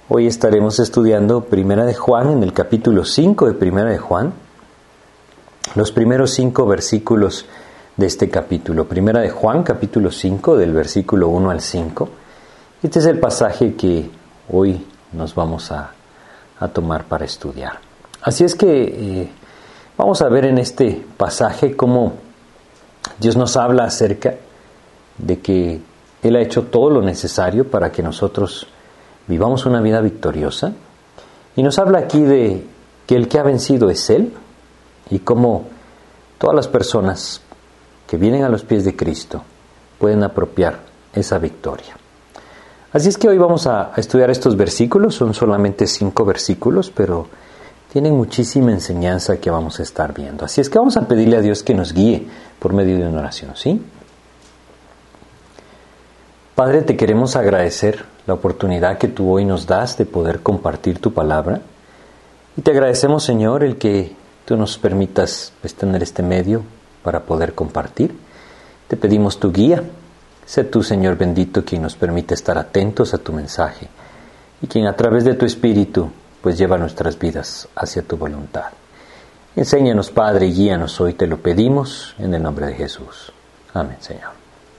Hoy estaremos estudiando Primera de Juan, en el capítulo 5 de Primera de Juan, los primeros 5 versículos de este capítulo. Primera de Juan, capítulo 5, del versículo 1 al 5. Este es el pasaje que hoy nos vamos a tomar para estudiar. Así es que vamos a ver en este pasaje cómo Dios nos habla acerca de que Él ha hecho todo lo necesario para que nosotros vivamos una vida victoriosa, y nos habla aquí de que el que ha vencido es Él, y cómo todas las personas que vienen a los pies de Cristo pueden apropiar esa victoria. Así es que hoy vamos a estudiar estos versículos. Son solamente 5 versículos, pero tienen muchísima enseñanza que vamos a estar viendo. Así es que vamos a pedirle a Dios que nos guíe por medio de una oración, ¿sí? Padre, te queremos agradecer la oportunidad que tú hoy nos das de poder compartir tu palabra. Y te agradecemos, Señor, el que tú nos permitas tener este medio para poder compartir. Te pedimos tu guía. Sé tú, Señor bendito, quien nos permite estar atentos a tu mensaje y quien a través de tu Espíritu pues lleva nuestras vidas hacia tu voluntad. Enséñanos, Padre, y guíanos hoy, te lo pedimos en el nombre de Jesús. Amén, Señor.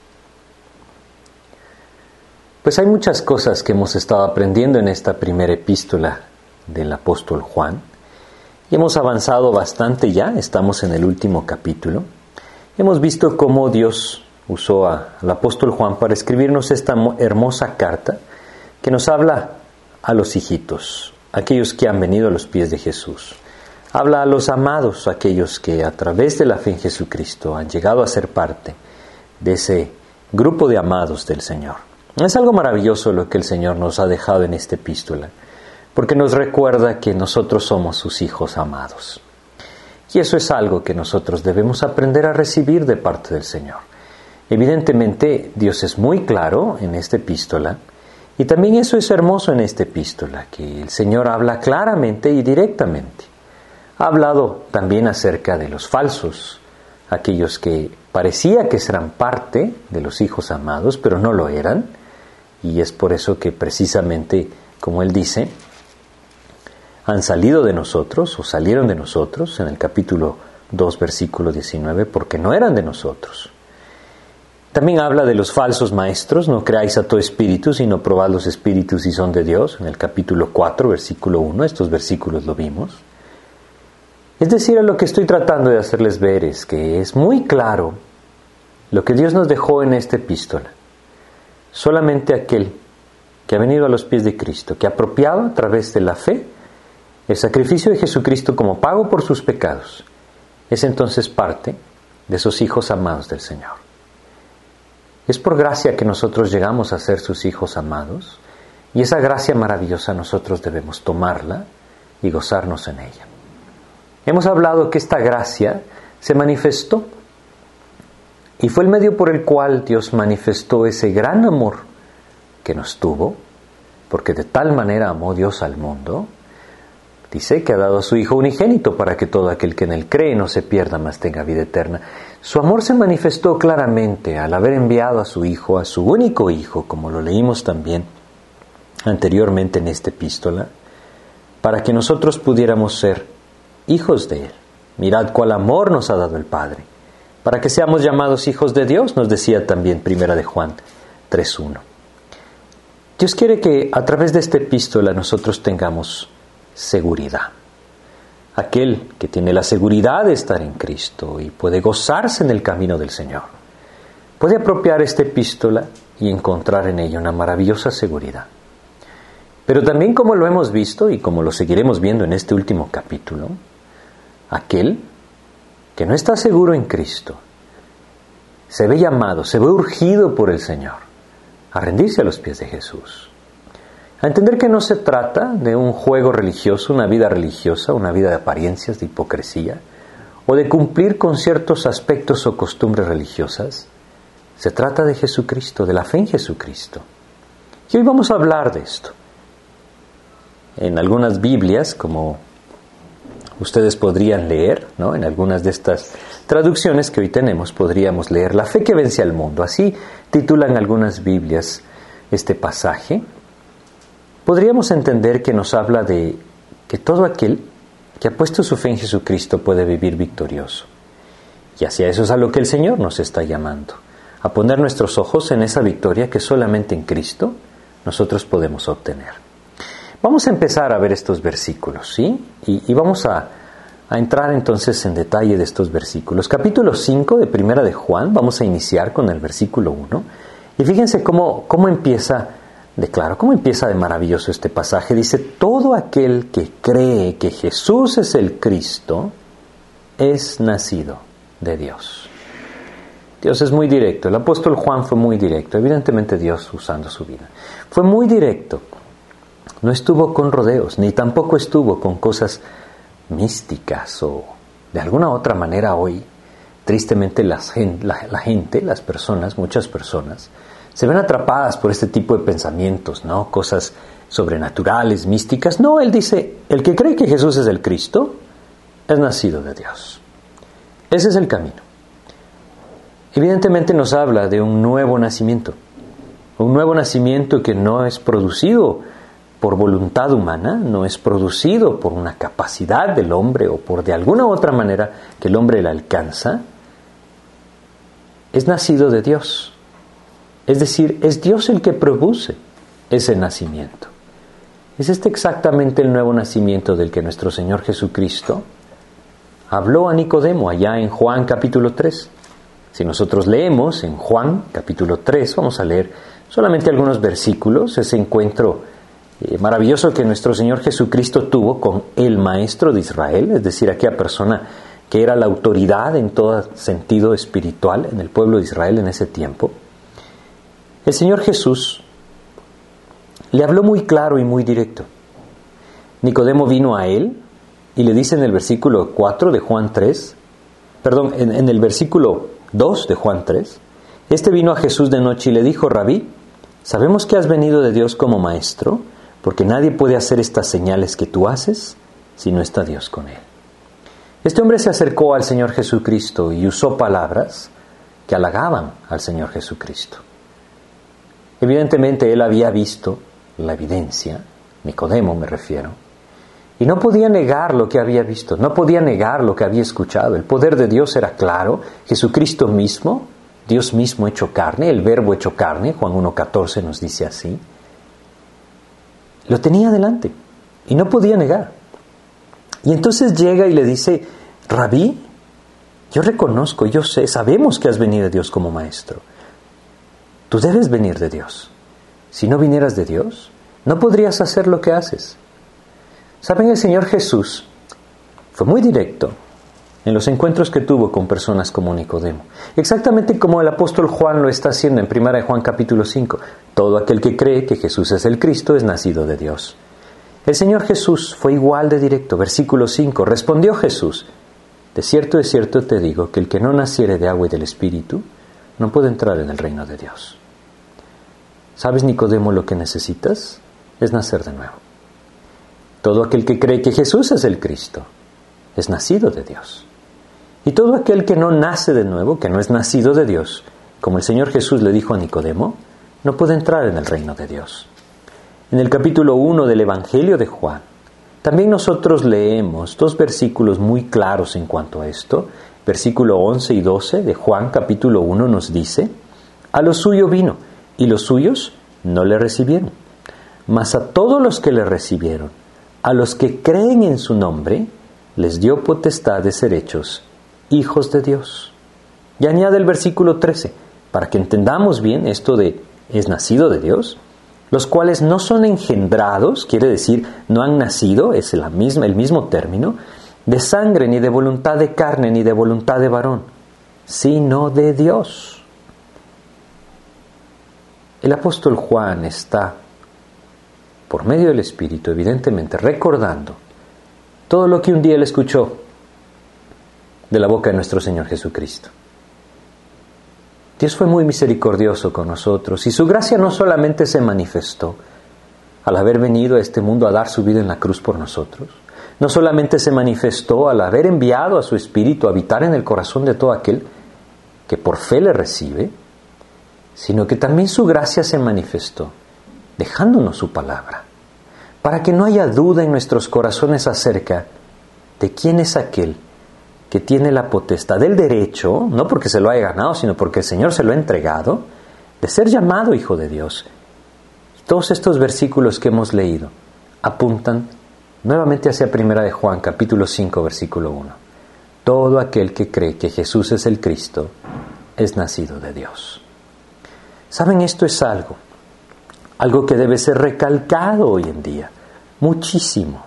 Pues hay muchas cosas que hemos estado aprendiendo en esta primera epístola del apóstol Juan, y hemos avanzado bastante ya. Estamos en el último capítulo. Hemos visto cómo Dios usó al apóstol Juan para escribirnos esta hermosa carta que nos habla a los hijitos, aquellos que han venido a los pies de Jesús. Habla a los amados, aquellos que a través de la fe en Jesucristo han llegado a ser parte de ese grupo de amados del Señor. Es algo maravilloso lo que el Señor nos ha dejado en esta epístola, porque nos recuerda que nosotros somos sus hijos amados. Y eso es algo que nosotros debemos aprender a recibir de parte del Señor. Evidentemente, Dios es muy claro en esta epístola, y también eso es hermoso en esta epístola, que el Señor habla claramente y directamente. Ha hablado también acerca de los falsos, aquellos que parecía que eran parte de los hijos amados, pero no lo eran. Y es por eso que precisamente, como Él dice, han salido de nosotros, o salieron de nosotros, en el capítulo 2, versículo 19, porque no eran de nosotros. También habla de los falsos maestros. No creáis a todo espíritu, sino probad los espíritus si son de Dios, en el capítulo 4, versículo 1. Estos versículos lo vimos. Es decir, lo que estoy tratando de hacerles ver es que es muy claro lo que Dios nos dejó en esta epístola. Solamente aquel que ha venido a los pies de Cristo, que ha apropiado a través de la fe el sacrificio de Jesucristo como pago por sus pecados, es entonces parte de esos hijos amados del Señor. Es por gracia que nosotros llegamos a ser sus hijos amados, y esa gracia maravillosa nosotros debemos tomarla y gozarnos en ella. Hemos hablado que esta gracia se manifestó, y fue el medio por el cual Dios manifestó ese gran amor que nos tuvo, porque de tal manera amó Dios al mundo. Dice que ha dado a su Hijo unigénito para que todo aquel que en Él cree no se pierda, mas tenga vida eterna. Su amor se manifestó claramente al haber enviado a su Hijo, a su único Hijo, como lo leímos también anteriormente en esta epístola, para que nosotros pudiéramos ser hijos de Él. Mirad cuál amor nos ha dado el Padre, para que seamos llamados hijos de Dios, nos decía también Primera de Juan 3:1. Dios quiere que a través de esta epístola nosotros tengamos seguridad. Aquel que tiene la seguridad de estar en Cristo y puede gozarse en el camino del Señor, puede apropiar esta epístola y encontrar en ella una maravillosa seguridad. Pero también, como lo hemos visto y como lo seguiremos viendo en este último capítulo, aquel que no está seguro en Cristo se ve llamado, se ve urgido por el Señor a rendirse a los pies de Jesús, a entender que no se trata de un juego religioso, una vida religiosa, una vida de apariencias, de hipocresía, o de cumplir con ciertos aspectos o costumbres religiosas. Se trata de Jesucristo, de la fe en Jesucristo. Y hoy vamos a hablar de esto. En algunas Biblias, como ustedes podrían leer, ¿no? En algunas de estas traducciones que hoy tenemos, podríamos leer la fe que vence al mundo. Así titulan algunas Biblias este pasaje. podríamos entender que nos habla de que todo aquel que ha puesto su fe en Jesucristo puede vivir victorioso. Y hacia eso es a lo que el Señor nos está llamando, a poner nuestros ojos en esa victoria que solamente en Cristo nosotros podemos obtener. Vamos a empezar a ver estos versículos, ¿sí? Y vamos a entrar entonces en detalle de estos versículos. Capítulo 5 de Primera de Juan, vamos a iniciar con el versículo 1. Y fíjense cómo empieza cómo empieza de maravilloso este pasaje. Dice, todo aquel que cree que Jesús es el Cristo es nacido de Dios. Dios es muy directo. El apóstol Juan fue muy directo. Evidentemente Dios usando su vida. Fue muy directo. No estuvo con rodeos, ni tampoco estuvo con cosas místicas o de alguna otra manera hoy. Tristemente la gente, las personas, muchas personas, se ven atrapadas por este tipo de pensamientos, ¿no? Cosas sobrenaturales, místicas. No, él dice, el que cree que Jesús es el Cristo es nacido de Dios. Ese es el camino. Evidentemente nos habla de un nuevo nacimiento que no es producido por voluntad humana, no es producido por una capacidad del hombre o por de alguna otra manera que el hombre la alcanza, es nacido de Dios. Es decir, es Dios el que produce ese nacimiento. Es exactamente el nuevo nacimiento del que nuestro Señor Jesucristo habló a Nicodemo allá en Juan capítulo 3. Si nosotros leemos en Juan capítulo 3, vamos a leer solamente algunos versículos, ese encuentro maravilloso que nuestro Señor Jesucristo tuvo con el Maestro de Israel, es decir, aquella persona que era la autoridad en todo sentido espiritual en el pueblo de Israel en ese tiempo. El Señor Jesús le habló muy claro y muy directo. Nicodemo vino a él y le dice en el versículo 4 de Juan 3, en el versículo 2 de Juan 3, este vino a Jesús de noche y le dijo, Rabí, sabemos que has venido de Dios como maestro, porque nadie puede hacer estas señales que tú haces si no está Dios con él. Este hombre se acercó al Señor Jesucristo y usó palabras que halagaban al Señor Jesucristo. Evidentemente él había visto la evidencia, Nicodemo me refiero, y no podía negar lo que había visto, no podía negar lo que había escuchado. El poder de Dios era claro, Jesucristo mismo, Dios mismo hecho carne, el verbo hecho carne, Juan 1:14 nos dice así, lo tenía delante y no podía negar. Y entonces llega y le dice, Rabí, yo reconozco, yo sé, sabemos que has venido de Dios como maestro. Tú debes venir de Dios. Si no vinieras de Dios, no podrías hacer lo que haces. ¿Saben? El Señor Jesús fue muy directo en los encuentros que tuvo con personas como Nicodemo. Exactamente como el apóstol Juan lo está haciendo en 1 Juan capítulo 5. Todo aquel que cree que Jesús es el Cristo es nacido de Dios. El Señor Jesús fue igual de directo. Versículo 5. Respondió Jesús, de cierto te digo que el que no naciere de agua y del Espíritu no puede entrar en el reino de Dios. ¿Sabes, Nicodemo, lo que necesitas? Es nacer de nuevo. Todo aquel que cree que Jesús es el Cristo es nacido de Dios. Y todo aquel que no nace de nuevo, que no es nacido de Dios, como el Señor Jesús le dijo a Nicodemo, no puede entrar en el reino de Dios. En el capítulo 1 del Evangelio de Juan, también nosotros leemos dos versículos muy claros en cuanto a esto. Versículo 11 y 12 de Juan capítulo 1 nos dice, a lo suyo vino, y los suyos no le recibieron. Mas a todos los que le recibieron, a los que creen en su nombre, les dio potestad de ser hechos hijos de Dios. Y añade el versículo 13, para que entendamos bien esto de es nacido de Dios, los cuales no son engendrados, quiere decir no han nacido, es el mismo término, de sangre, ni de voluntad de carne, ni de voluntad de varón, sino de Dios. El apóstol Juan está, por medio del Espíritu, evidentemente, recordando todo lo que un día él escuchó de la boca de nuestro Señor Jesucristo. Dios fue muy misericordioso con nosotros y su gracia no solamente se manifestó al haber venido a este mundo a dar su vida en la cruz por nosotros, no solamente se manifestó al haber enviado a su Espíritu a habitar en el corazón de todo aquel que por fe le recibe, sino que también su gracia se manifestó dejándonos su palabra, para que no haya duda en nuestros corazones acerca de quién es aquel que tiene la potestad, del derecho, no porque se lo haya ganado, sino porque el Señor se lo ha entregado, de ser llamado Hijo de Dios. Todos estos versículos que hemos leído apuntan nuevamente hacia 1 de Juan, capítulo 5, versículo 1. Todo aquel que cree que Jesús es el Cristo es nacido de Dios. ¿Saben? Esto es algo que debe ser recalcado hoy en día, muchísimo.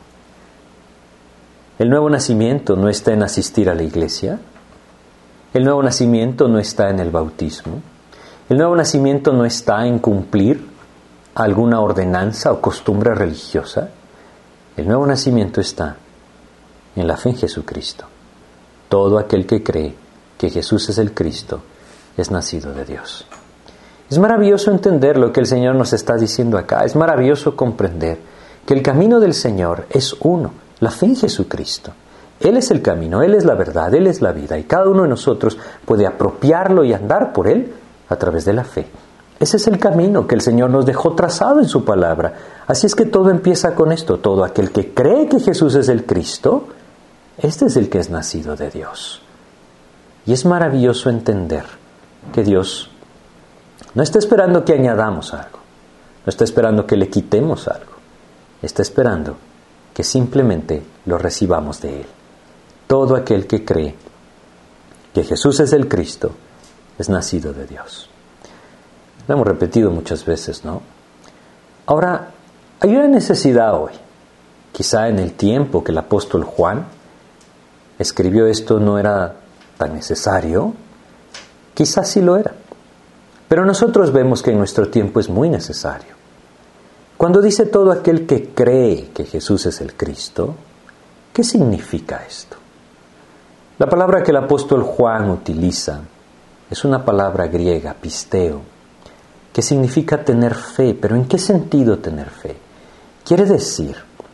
El nuevo nacimiento no está en asistir a la iglesia. El nuevo nacimiento no está en el bautismo. El nuevo nacimiento no está en cumplir alguna ordenanza o costumbre religiosa. El nuevo nacimiento está en la fe en Jesucristo. Todo aquel que cree que Jesús es el Cristo es nacido de Dios. Es maravilloso entender lo que el Señor nos está diciendo acá. Es maravilloso comprender que el camino del Señor es uno, la fe en Jesucristo. Él es el camino, Él es la verdad, Él es la vida, y cada uno de nosotros puede apropiarlo y andar por Él a través de la fe. Ese es el camino que el Señor nos dejó trazado en su palabra. Así es que todo empieza con esto. Todo aquel que cree que Jesús es el Cristo, este es el que es nacido de Dios. Y es maravilloso entender que Dios no está esperando que añadamos algo, no está esperando que le quitemos algo, está esperando que simplemente lo recibamos de Él. Todo aquel que cree que Jesús es el Cristo es nacido de Dios. Lo hemos repetido muchas veces, ¿no? Ahora, hay una necesidad hoy. Quizá en el tiempo que el apóstol Juan escribió esto no era tan necesario, quizás sí lo era. Pero nosotros vemos que en nuestro tiempo es muy necesario. Cuando dice todo aquel que cree que Jesús es el Cristo, ¿qué significa esto? La palabra que el apóstol Juan utiliza es una palabra griega, pisteo, que significa tener fe. ¿Pero en qué sentido tener fe? Quiere decir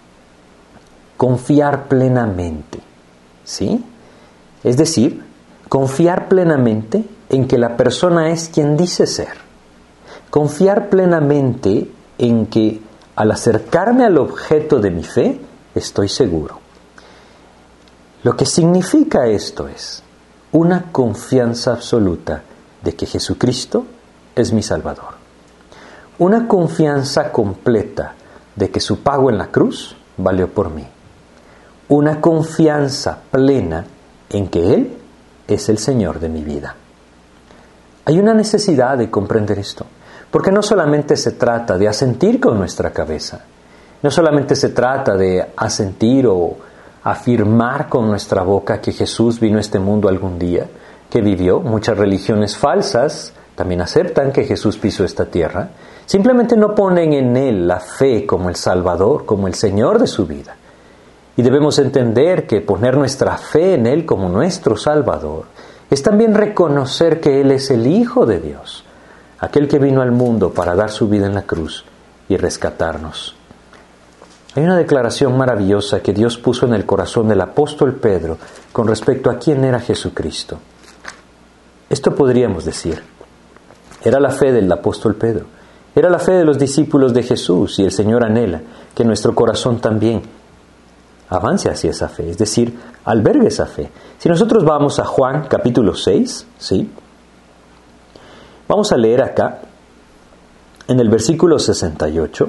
confiar plenamente, ¿sí? Es decir, confiar plenamente en que la persona es quien dice ser. Confiar plenamente en que al acercarme al objeto de mi fe, estoy seguro. Lo que significa esto es una confianza absoluta de que Jesucristo es mi Salvador. Una confianza completa de que su pago en la cruz valió por mí. Una confianza plena en que Él es el Señor de mi vida. Hay una necesidad de comprender esto, porque no solamente se trata de asentir con nuestra cabeza, no solamente se trata de asentir o afirmar con nuestra boca que Jesús vino a este mundo algún día, que vivió. Muchas religiones falsas también aceptan que Jesús pisó esta tierra, simplemente no ponen en Él la fe como el Salvador, como el Señor de su vida. Y debemos entender que poner nuestra fe en Él como nuestro Salvador es también reconocer que Él es el Hijo de Dios, aquel que vino al mundo para dar su vida en la cruz y rescatarnos. Hay una declaración maravillosa que Dios puso en el corazón del apóstol Pedro con respecto a quién era Jesucristo. Esto podríamos decir, era la fe del apóstol Pedro, era la fe de los discípulos de Jesús, y el Señor anhela que nuestro corazón también avance hacia esa fe, es decir, albergue esa fe. Si nosotros vamos a Juan capítulo 6, ¿sí? Vamos a leer acá, en el versículo 68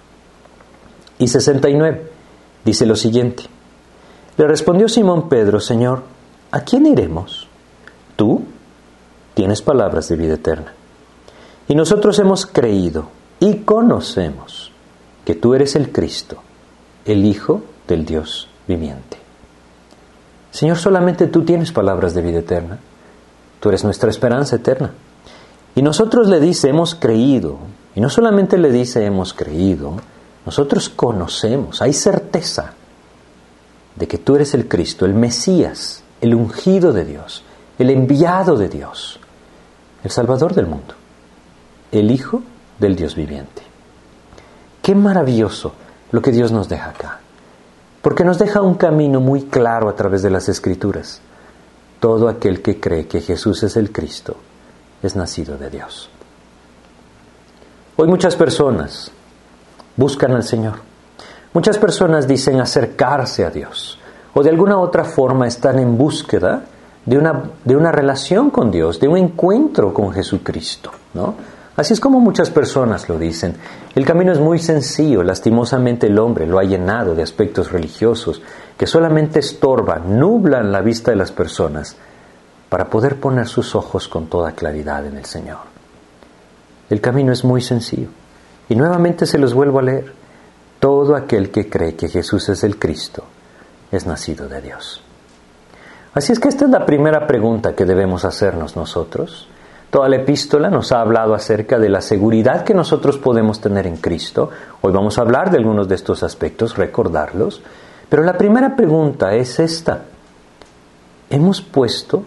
y 69, dice lo siguiente. Le respondió Simón Pedro: Señor, ¿a quién iremos? Tú tienes palabras de vida eterna. Y nosotros hemos creído y conocemos que tú eres el Cristo, el Hijo del Dios viviente. Señor, solamente tú tienes palabras de vida eterna. Tú eres nuestra esperanza eterna. Y nosotros le dice, hemos creído. Y no solamente le dice, hemos creído, nosotros conocemos, hay certeza de que tú eres el Cristo, el Mesías, el ungido de Dios, el enviado de Dios, el Salvador del mundo, el Hijo del Dios viviente. Qué maravilloso lo que Dios nos deja acá, porque nos deja un camino muy claro a través de las Escrituras. Todo aquel que cree que Jesús es el Cristo es nacido de Dios. Hoy muchas personas buscan al Señor, Muchas personas dicen acercarse a Dios, o de alguna otra forma están en búsqueda de una relación con Dios, de un encuentro con Jesucristo, ¿no? Así es como muchas personas lo dicen. El camino es muy sencillo, lastimosamente el hombre lo ha llenado de aspectos religiosos que solamente estorban, nublan la vista de las personas para poder poner sus ojos con toda claridad en el Señor. El camino es muy sencillo. Y nuevamente se los vuelvo a leer. Todo aquel que cree que Jesús es el Cristo es nacido de Dios. Así es que esta es la primera pregunta que debemos hacernos nosotros. Toda la epístola nos ha hablado acerca de la seguridad que nosotros podemos tener en Cristo. Hoy vamos a hablar de algunos de estos aspectos, recordarlos. Pero la primera pregunta es esta. Hemos puesto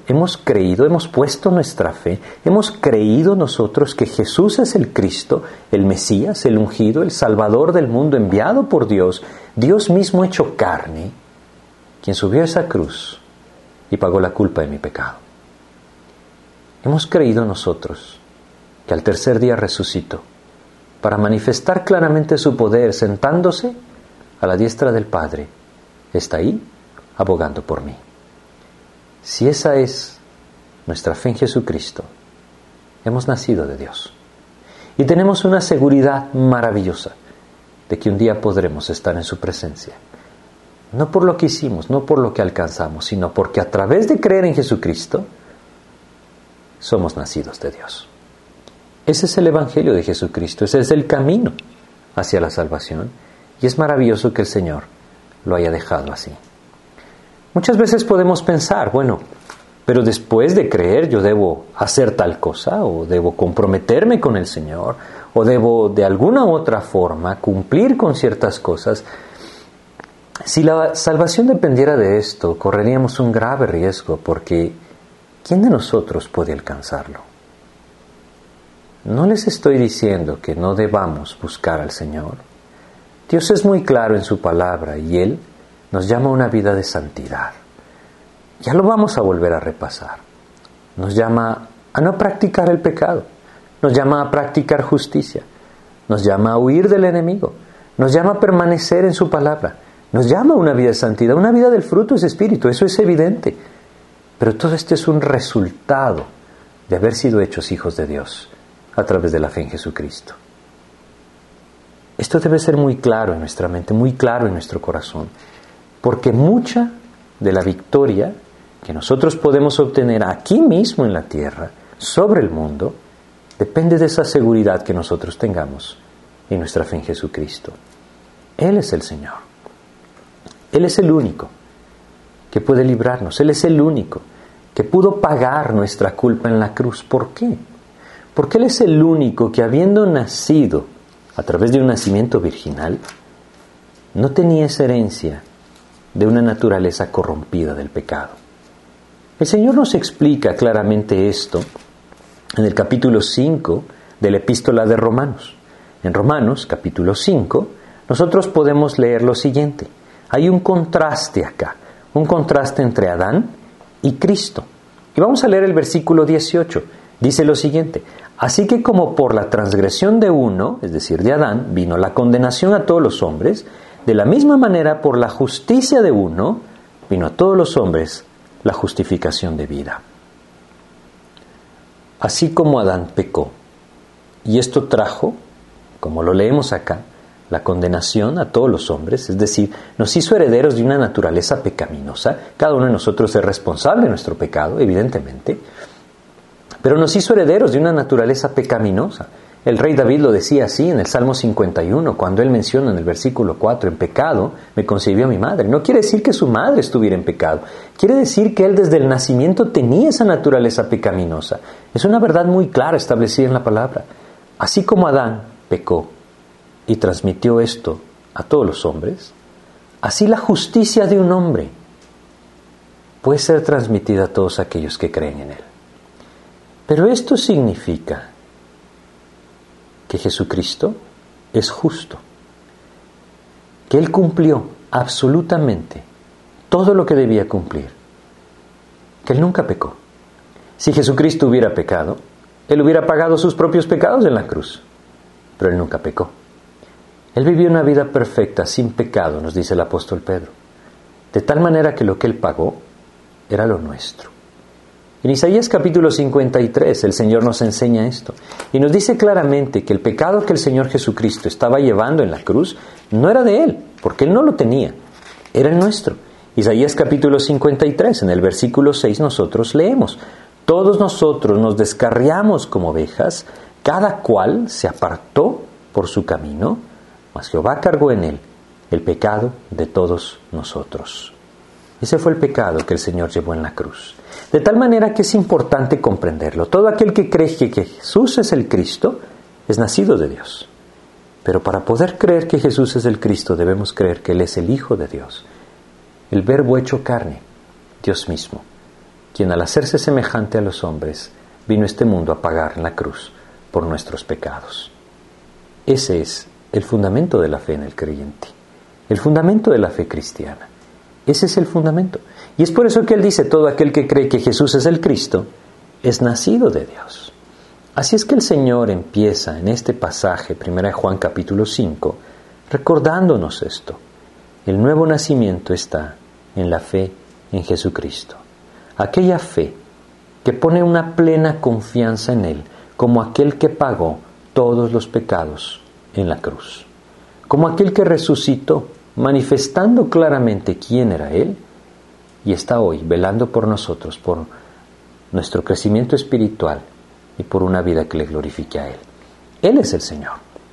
nuestra fe, hemos creído nosotros que Jesús es el Cristo, el Mesías, el ungido, el Salvador del mundo enviado por Dios, Dios mismo hecho carne, quien subió a esa cruz y pagó la culpa de mi pecado. Hemos creído nosotros que al tercer día resucitó para manifestar claramente su poder sentándose a la diestra del Padre. Está ahí abogando por mí. Si esa es nuestra fe en Jesucristo, hemos nacido de Dios. Y tenemos una seguridad maravillosa de que un día podremos estar en su presencia. No por lo que hicimos, no por lo que alcanzamos, sino porque a través de creer en Jesucristo, somos nacidos de Dios. Ese es el Evangelio de Jesucristo, ese es el camino hacia la salvación. Y es maravilloso que el Señor lo haya dejado así. Muchas veces podemos pensar, bueno, pero después de creer yo debo hacer tal cosa, o debo comprometerme con el Señor, o debo de alguna u otra forma cumplir con ciertas cosas. Si la salvación dependiera de esto, correríamos un grave riesgo, porque ¿quién de nosotros puede alcanzarlo? No les estoy diciendo que no debamos buscar al Señor. Dios es muy claro en su palabra y Él nos llama a una vida de santidad. Ya lo vamos a volver a repasar. Nos llama a no practicar el pecado. Nos llama a practicar justicia. Nos llama a huir del enemigo. Nos llama a permanecer en su palabra. Nos llama a una vida de santidad, una vida del fruto de ese espíritu. Eso es evidente. Pero todo esto es un resultado de haber sido hechos hijos de Dios a través de la fe en Jesucristo. Esto debe ser muy claro en nuestra mente, muy claro en nuestro corazón. Porque mucha de la victoria que nosotros podemos obtener aquí mismo en la tierra, sobre el mundo, depende de esa seguridad que nosotros tengamos en nuestra fe en Jesucristo. Él es el Señor. Él es el único que puede librarnos. Él es el único que pudo pagar nuestra culpa en la cruz. ¿Por qué? Porque Él es el único que, habiendo nacido a través de un nacimiento virginal, no tenía esa herencia de una naturaleza corrompida del pecado. El Señor nos explica claramente esto en el capítulo 5 de la epístola de Romanos. En Romanos, capítulo 5, nosotros podemos leer lo siguiente. Hay un contraste acá, un contraste entre Adán y Cristo. Y vamos a leer el versículo 18. Dice lo siguiente: así que como por la transgresión de uno, es decir, de Adán, vino la condenación a todos los hombres, de la misma manera, por la justicia de uno, vino a todos los hombres la justificación de vida. Así como Adán pecó, y esto trajo, como lo leemos acá, la condenación a todos los hombres, es decir, nos hizo herederos de una naturaleza pecaminosa. Cada uno de nosotros es responsable de nuestro pecado, evidentemente, pero nos hizo herederos de una naturaleza pecaminosa. El rey David lo decía así en el Salmo 51, cuando él menciona en el versículo 4, en pecado me concibió mi madre. No quiere decir que su madre estuviera en pecado, quiere decir que él desde el nacimiento tenía esa naturaleza pecaminosa. Es una verdad muy clara establecida en la palabra. Así como Adán pecó y transmitió esto a todos los hombres, así la justicia de un hombre puede ser transmitida a todos aquellos que creen en él. Pero esto significa que Jesucristo es justo, que Él cumplió absolutamente todo lo que debía cumplir, que Él nunca pecó. Si Jesucristo hubiera pecado, Él hubiera pagado sus propios pecados en la cruz, pero Él nunca pecó. Él vivió una vida perfecta, sin pecado, nos dice el apóstol Pedro, de tal manera que lo que Él pagó era lo nuestro. En Isaías capítulo 53 el Señor nos enseña esto y nos dice claramente que el pecado que el Señor Jesucristo estaba llevando en la cruz no era de Él, porque Él no lo tenía, era el nuestro. Isaías capítulo 53, en el versículo 6 nosotros leemos: todos nosotros nos descarriamos como ovejas, cada cual se apartó por su camino, mas Jehová cargó en él el pecado de todos nosotros. Ese fue el pecado que el Señor llevó en la cruz. De tal manera que es importante comprenderlo. Todo aquel que cree que Jesús es el Cristo es nacido de Dios. Pero para poder creer que Jesús es el Cristo, debemos creer que Él es el Hijo de Dios, el Verbo hecho carne, Dios mismo, quien al hacerse semejante a los hombres, vino a este mundo a pagar en la cruz por nuestros pecados. Ese es el fundamento de la fe en el creyente, el fundamento de la fe cristiana. Ese es el fundamento. Y es por eso que Él dice: todo aquel que cree que Jesús es el Cristo es nacido de Dios. Así es que el Señor empieza en este pasaje, 1 Juan capítulo 5, recordándonos esto. El nuevo nacimiento está en la fe en Jesucristo. Aquella fe que pone una plena confianza en Él, como aquel que pagó todos los pecados en la cruz. Como aquel que resucitó, manifestando claramente quién era Él, y está hoy velando por nosotros, por nuestro crecimiento espiritual y por una vida que le glorifique a Él. Él es el Señor.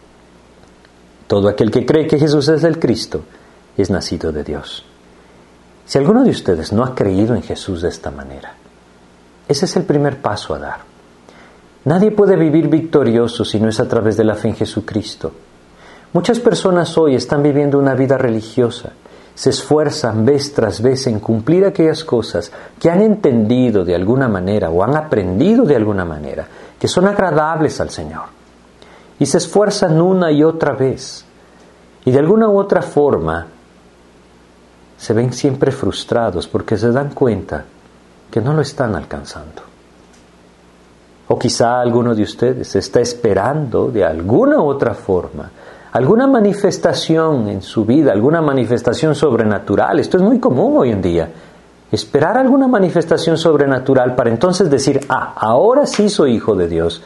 Todo aquel que cree que Jesús es el Cristo es nacido de Dios. Si alguno de ustedes no ha creído en Jesús de esta manera, ese es el primer paso a dar. Nadie puede vivir victorioso si no es a través de la fe en Jesucristo. Muchas personas hoy están viviendo una vida religiosa. Se esfuerzan vez tras vez en cumplir aquellas cosas que han entendido de alguna manera o han aprendido de alguna manera, que son agradables al Señor. Y se esfuerzan una y otra vez. Y de alguna u otra forma se ven siempre frustrados porque se dan cuenta que no lo están alcanzando. O quizá alguno de ustedes está esperando de alguna u otra forma alguna manifestación en su vida, alguna manifestación sobrenatural. Esto es muy común hoy en día. Esperar alguna manifestación sobrenatural para entonces decir: ahora sí soy hijo de Dios.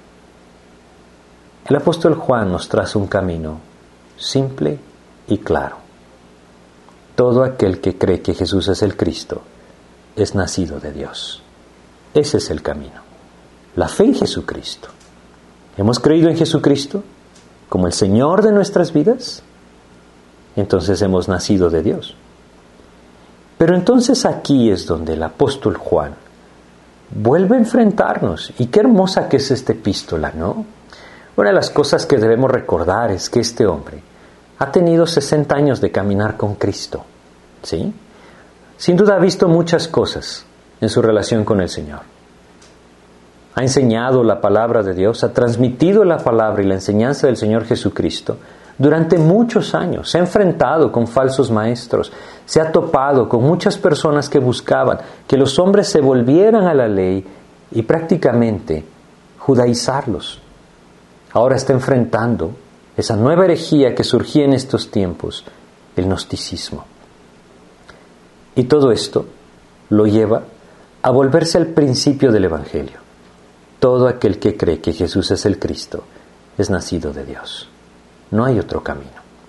El apóstol Juan nos traza un camino simple y claro. Todo aquel que cree que Jesús es el Cristo es nacido de Dios. Ese es el camino. La fe en Jesucristo. ¿Hemos creído en Jesucristo como el Señor de nuestras vidas? Entonces hemos nacido de Dios. Pero entonces aquí es donde el apóstol Juan vuelve a enfrentarnos. Y qué hermosa que es esta epístola, ¿no? Una de las cosas que debemos recordar es que este hombre ha tenido 60 años de caminar con Cristo, ¿sí? Sin duda ha visto muchas cosas en su relación con el Señor. Ha enseñado la palabra de Dios, ha transmitido la palabra y la enseñanza del Señor Jesucristo durante muchos años. Se ha enfrentado con falsos maestros, se ha topado con muchas personas que buscaban que los hombres se volvieran a la ley y prácticamente judaizarlos. Ahora está enfrentando esa nueva herejía que surgía en estos tiempos, el gnosticismo. Y todo esto lo lleva a volverse al principio del Evangelio. Todo aquel que cree que Jesús es el Cristo es nacido de Dios. No hay otro camino.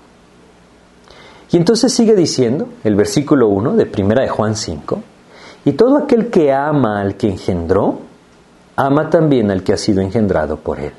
Y entonces sigue diciendo el versículo 1 de 1 Juan 5, y todo aquel que ama al que engendró, ama también al que ha sido engendrado por él.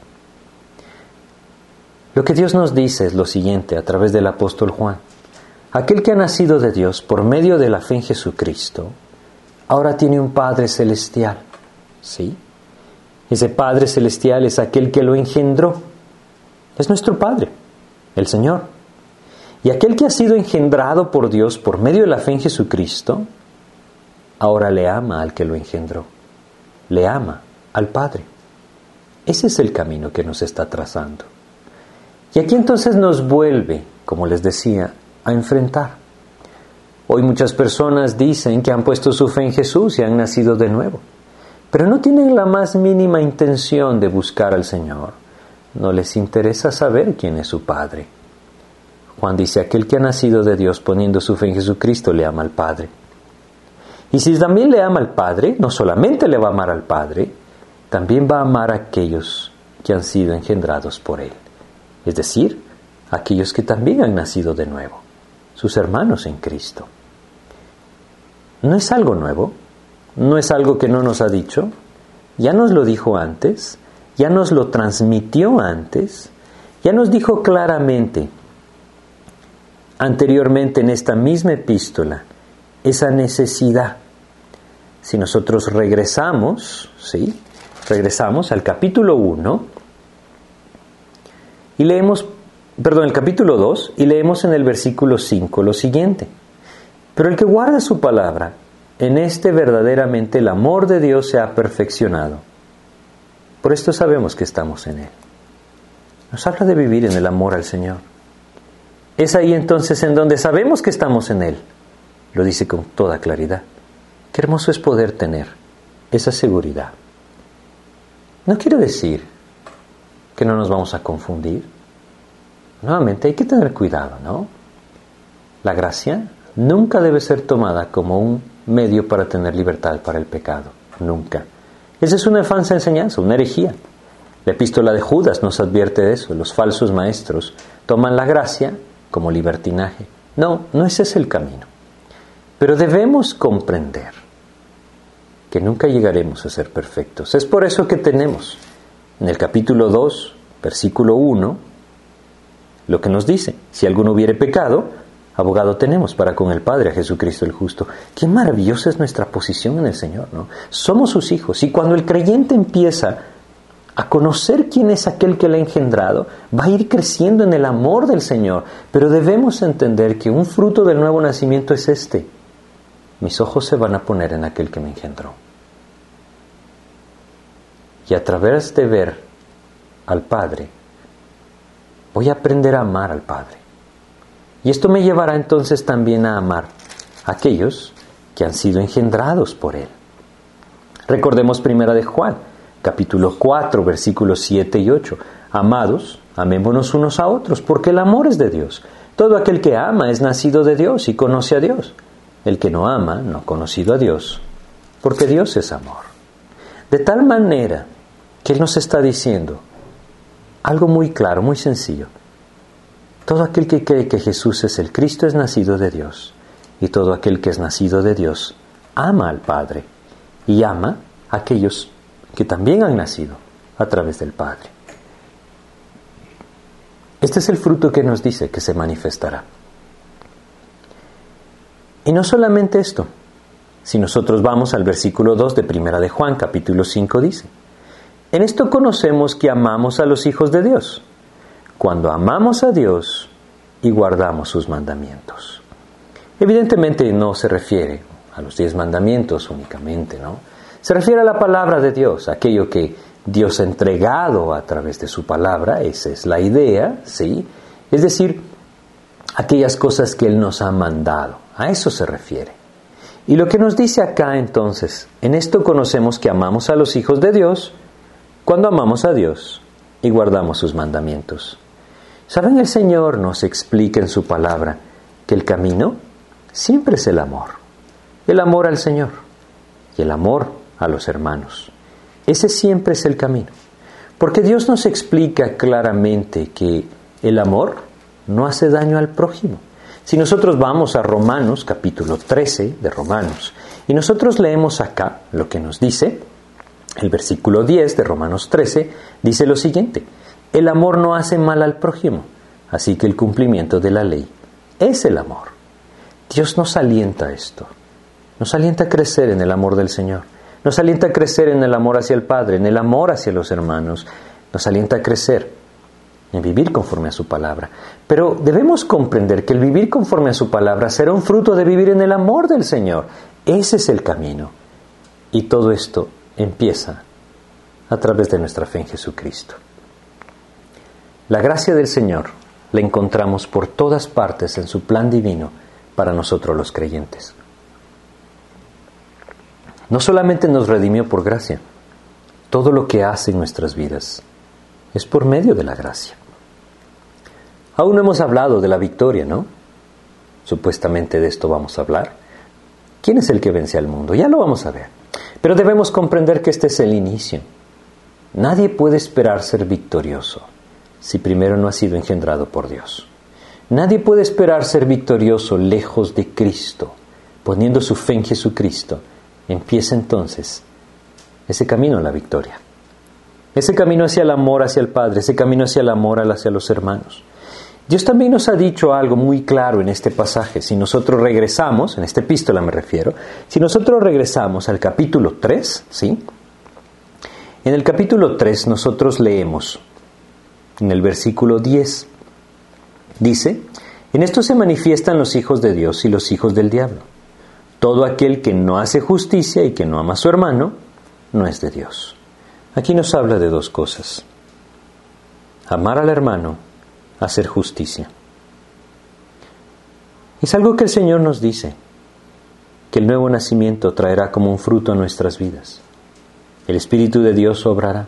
Lo que Dios nos dice es lo siguiente a través del apóstol Juan. Aquel que ha nacido de Dios por medio de la fe en Jesucristo, ahora tiene un Padre celestial. ¿Sí? Ese Padre celestial es aquel que lo engendró. Es nuestro Padre, el Señor. Y aquel que ha sido engendrado por Dios por medio de la fe en Jesucristo, ahora le ama al que lo engendró. Le ama al Padre. Ese es el camino que nos está trazando. Y aquí entonces nos vuelve, como les decía, a enfrentar. Hoy muchas personas dicen que han puesto su fe en Jesús y han nacido de nuevo, pero no tienen la más mínima intención de buscar al Señor. No les interesa saber quién es su Padre. Juan dice, aquel que ha nacido de Dios poniendo su fe en Jesucristo le ama al Padre. Y si también le ama al Padre, no solamente le va a amar al Padre, también va a amar a aquellos que han sido engendrados por Él. Es decir, aquellos que también han nacido de nuevo, sus hermanos en Cristo. No es algo nuevo, no es algo que no nos ha dicho, ya nos lo dijo antes, ya nos lo transmitió antes, ya nos dijo claramente anteriormente en esta misma epístola esa necesidad. Si nosotros regresamos al capítulo 1 y leemos, el capítulo 2 y leemos en el versículo 5 lo siguiente: pero el que guarda su palabra, en este verdaderamente el amor de Dios se ha perfeccionado. Por esto sabemos que estamos en Él. Nos habla de vivir en el amor al Señor. Es ahí entonces en donde sabemos que estamos en Él. Lo dice con toda claridad. Qué hermoso es poder tener esa seguridad. No quiere decir que no nos vamos a confundir. Nuevamente hay que tener cuidado, ¿no? La gracia nunca debe ser tomada como un medio para tener libertad para el pecado. Nunca. Esa es una falsa enseñanza, una herejía. La epístola de Judas nos advierte de eso. Los falsos maestros toman la gracia como libertinaje. No ese es el camino. Pero debemos comprender que nunca llegaremos a ser perfectos. Es por eso que tenemos en el capítulo 2, versículo 1, lo que nos dice: si alguno hubiere pecado, abogado tenemos para con el Padre, a Jesucristo el justo. Qué maravillosa es nuestra posición en el Señor, ¿no? Somos sus hijos, y cuando el creyente empieza a conocer quién es aquel que le ha engendrado, va a ir creciendo en el amor del Señor. Pero debemos entender que un fruto del nuevo nacimiento es este: mis ojos se van a poner en aquel que me engendró. Y a través de ver al Padre, voy a aprender a amar al Padre. Y esto me llevará entonces también a amar a aquellos que han sido engendrados por Él. Recordemos primera de Juan, capítulo 4, versículos 7 y 8. Amados, amémonos unos a otros, porque el amor es de Dios. Todo aquel que ama es nacido de Dios y conoce a Dios. El que no ama no ha conocido a Dios, porque Dios es amor. De tal manera que Él nos está diciendo algo muy claro, muy sencillo. Todo aquel que cree que Jesús es el Cristo es nacido de Dios. Y todo aquel que es nacido de Dios ama al Padre y ama a aquellos que también han nacido a través del Padre. Este es el fruto que nos dice que se manifestará. Y no solamente esto. Si nosotros vamos al versículo 2 de Primera de Juan, capítulo 5, dice: en esto conocemos que amamos a los hijos de Dios, cuando amamos a Dios y guardamos sus mandamientos. Evidentemente no se refiere a los 10 mandamientos únicamente, ¿no? Se refiere a la palabra de Dios, aquello que Dios ha entregado a través de su palabra. Esa es la idea, ¿sí? Es decir, aquellas cosas que Él nos ha mandado. A eso se refiere. Y lo que nos dice acá entonces: en esto conocemos que amamos a los hijos de Dios cuando amamos a Dios y guardamos sus mandamientos. ¿Saben? El Señor nos explica en su palabra que el camino siempre es el amor al Señor y el amor a los hermanos. Ese siempre es el camino, porque Dios nos explica claramente que el amor no hace daño al prójimo. Si nosotros vamos a Romanos, capítulo 13 de Romanos, y nosotros leemos acá lo que nos dice, el versículo 10 de Romanos 13, dice lo siguiente: el amor no hace mal al prójimo, así que el cumplimiento de la ley es el amor. Dios nos alienta a esto, nos alienta a crecer en el amor del Señor, nos alienta a crecer en el amor hacia el Padre, en el amor hacia los hermanos, nos alienta a crecer en vivir conforme a su palabra. Pero debemos comprender que el vivir conforme a su palabra será un fruto de vivir en el amor del Señor. Ese es el camino. Y todo esto empieza a través de nuestra fe en Jesucristo. La gracia del Señor la encontramos por todas partes en su plan divino para nosotros los creyentes. No solamente nos redimió por gracia, todo lo que hace en nuestras vidas es por medio de la gracia. Aún no hemos hablado de la victoria, ¿no? Supuestamente de esto vamos a hablar. ¿Quién es el que vence al mundo? Ya lo vamos a ver. Pero debemos comprender que este es el inicio. Nadie puede esperar ser victorioso si primero no ha sido engendrado por Dios. Nadie puede esperar ser victorioso lejos de Cristo, poniendo su fe en Jesucristo. Empieza entonces ese camino a la victoria. Ese camino hacia el amor hacia el Padre, ese camino hacia el amor hacia los hermanos. Dios también nos ha dicho algo muy claro en este pasaje. Si nosotros regresamos, en esta epístola me refiero, si nosotros regresamos al capítulo 3, ¿sí? En el capítulo 3 nosotros leemos, en el versículo 10, dice: en esto se manifiestan los hijos de Dios y los hijos del diablo. Todo aquel que no hace justicia y que no ama a su hermano, no es de Dios. Aquí nos habla de dos cosas: amar al hermano, hacer justicia. Es algo que el Señor nos dice, que el nuevo nacimiento traerá como un fruto a nuestras vidas. El Espíritu de Dios obrará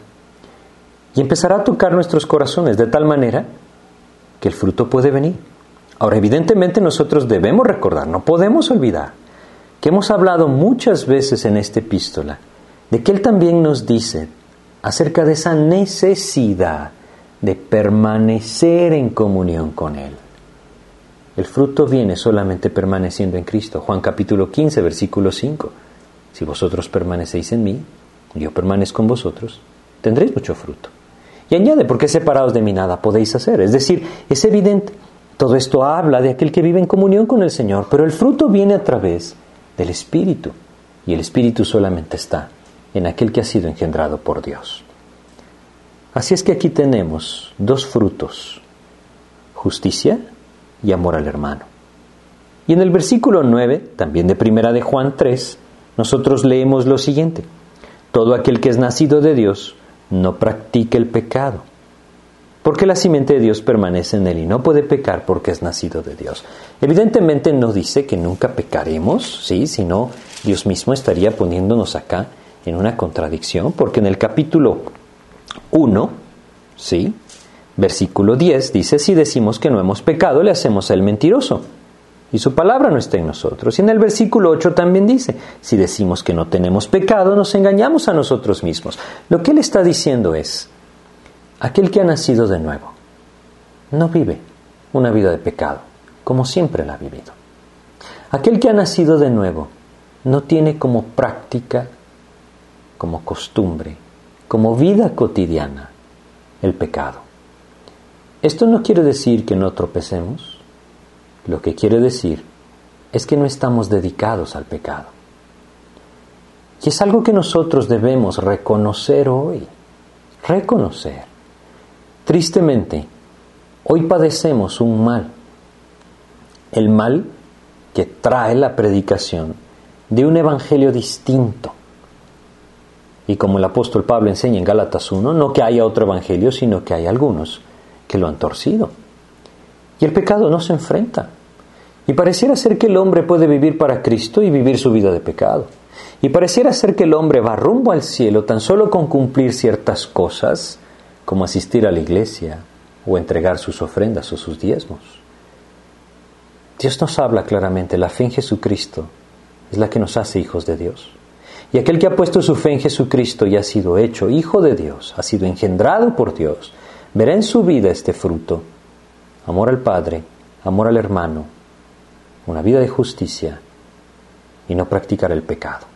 y empezará a tocar nuestros corazones de tal manera que el fruto puede venir. Ahora, evidentemente nosotros debemos recordar, no podemos olvidar, que hemos hablado muchas veces en esta epístola de que Él también nos dice acerca de esa necesidad de permanecer en comunión con Él. El fruto viene solamente permaneciendo en Cristo. Juan capítulo 15, versículo 5. Si vosotros permanecéis en mí, yo permanezco en vosotros, tendréis mucho fruto. Y añade, porque separados de mí nada podéis hacer. Es decir, es evidente, todo esto habla de aquel que vive en comunión con el Señor, pero el fruto viene a través del Espíritu. Y el Espíritu solamente está en aquel que ha sido engendrado por Dios. Así es que aquí tenemos dos frutos: justicia y amor al hermano. Y en el versículo 9, también de primera de Juan 3, nosotros leemos lo siguiente: todo aquel que es nacido de Dios no practica el pecado, porque la simiente de Dios permanece en él y no puede pecar porque es nacido de Dios. Evidentemente no dice que nunca pecaremos, ¿sí? Sino Dios mismo estaría poniéndonos acá en una contradicción, porque en el capítulo 1, ¿sí?, versículo 10, dice: si decimos que no hemos pecado, le hacemos a él mentiroso, y su palabra no está en nosotros. Y en el versículo 8 también dice: si decimos que no tenemos pecado, nos engañamos a nosotros mismos. Lo que él está diciendo es: aquel que ha nacido de nuevo no vive una vida de pecado, como siempre la ha vivido. Aquel que ha nacido de nuevo no tiene como práctica, como costumbre, como vida cotidiana, el pecado. Esto no quiere decir que no tropecemos. Lo que quiere decir es que no estamos dedicados al pecado. Y es algo que nosotros debemos reconocer hoy. Reconocer. Tristemente, hoy padecemos un mal. El mal que trae la predicación de un evangelio distinto. Y como el apóstol Pablo enseña en Gálatas 1, no que haya otro evangelio, sino que hay algunos que lo han torcido. Y el pecado no se enfrenta. Y pareciera ser que el hombre puede vivir para Cristo y vivir su vida de pecado. Y pareciera ser que el hombre va rumbo al cielo tan solo con cumplir ciertas cosas, como asistir a la iglesia o entregar sus ofrendas o sus diezmos. Dios nos habla claramente: la fe en Jesucristo es la que nos hace hijos de Dios. Y aquel que ha puesto su fe en Jesucristo y ha sido hecho hijo de Dios, ha sido engendrado por Dios, verá en su vida este fruto: amor al Padre, amor al hermano, una vida de justicia y no practicar el pecado.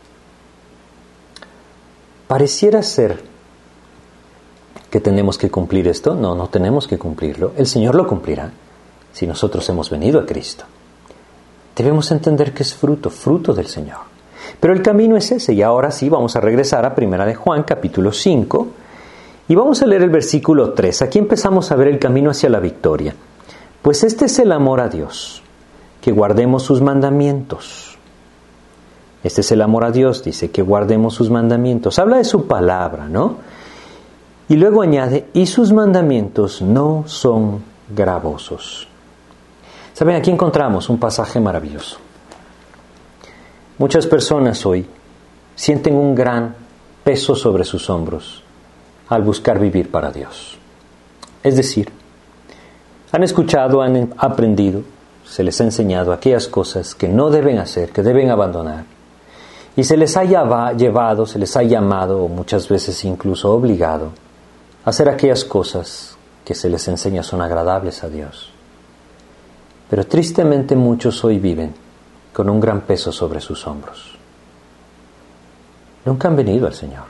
Pareciera ser que tenemos que cumplir esto. No, no tenemos que cumplirlo. El Señor lo cumplirá si nosotros hemos venido a Cristo. Debemos entender que es fruto del Señor. Pero el camino es ese. Y ahora sí vamos a regresar a primera de Juan, capítulo 5, y vamos a leer el versículo 3. Aquí empezamos a ver el camino hacia la victoria. Pues este es el amor a Dios, que guardemos sus mandamientos. Este es el amor a Dios, dice, que guardemos sus mandamientos. Habla de su palabra, ¿no? Y luego añade: y sus mandamientos no son gravosos. ¿Saben? Aquí encontramos un pasaje maravilloso. Muchas personas hoy sienten un gran peso sobre sus hombros al buscar vivir para Dios. Es decir, Han escuchado, han aprendido, se les ha enseñado aquellas cosas que no deben hacer, que deben abandonar. Y se les ha llevado, se les ha llamado, o muchas veces incluso obligado, a hacer aquellas cosas que se les enseña son agradables a Dios. Pero tristemente muchos hoy viven con un gran peso sobre sus hombros. Nunca han venido al Señor.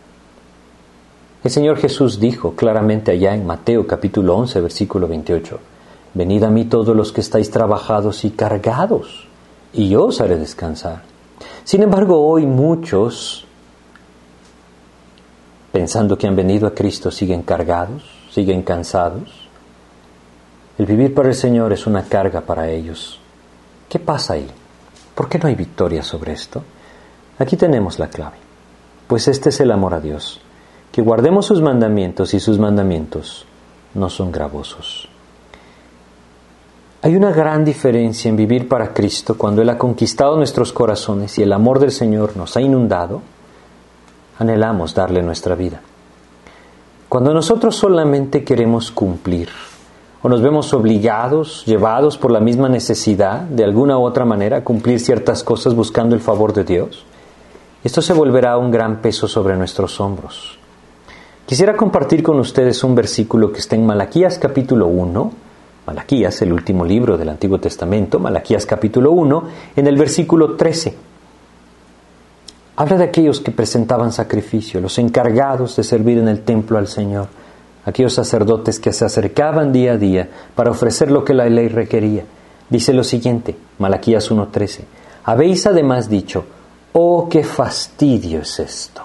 El Señor Jesús dijo claramente allá en Mateo capítulo 11, versículo 28, «Venid a mí todos los que estáis trabajados y cargados, y yo os haré descansar». Sin embargo, hoy muchos, pensando que han venido a Cristo, siguen cargados, siguen cansados. El vivir para el Señor es una carga para ellos. ¿Qué pasa ahí? ¿Por qué no hay victoria sobre esto? Aquí tenemos la clave. Pues este es el amor a Dios, que guardemos sus mandamientos y sus mandamientos no son gravosos. Hay una gran diferencia en vivir para Cristo cuando Él ha conquistado nuestros corazones y el amor del Señor nos ha inundado. Anhelamos darle nuestra vida. Cuando nosotros solamente queremos cumplir o nos vemos obligados, llevados por la misma necesidad, de alguna u otra manera, a cumplir ciertas cosas buscando el favor de Dios, esto se volverá un gran peso sobre nuestros hombros. Quisiera compartir con ustedes un versículo que está en Malaquías capítulo 1, Malaquías, el último libro del Antiguo Testamento, Malaquías capítulo 1, en el versículo 13. Habla de aquellos que presentaban sacrificio, los encargados de servir en el templo al Señor, aquellos sacerdotes que se acercaban día a día para ofrecer lo que la ley requería. Dice lo siguiente, Malaquías 1:13, «Habéis además dicho, oh, qué fastidio es esto,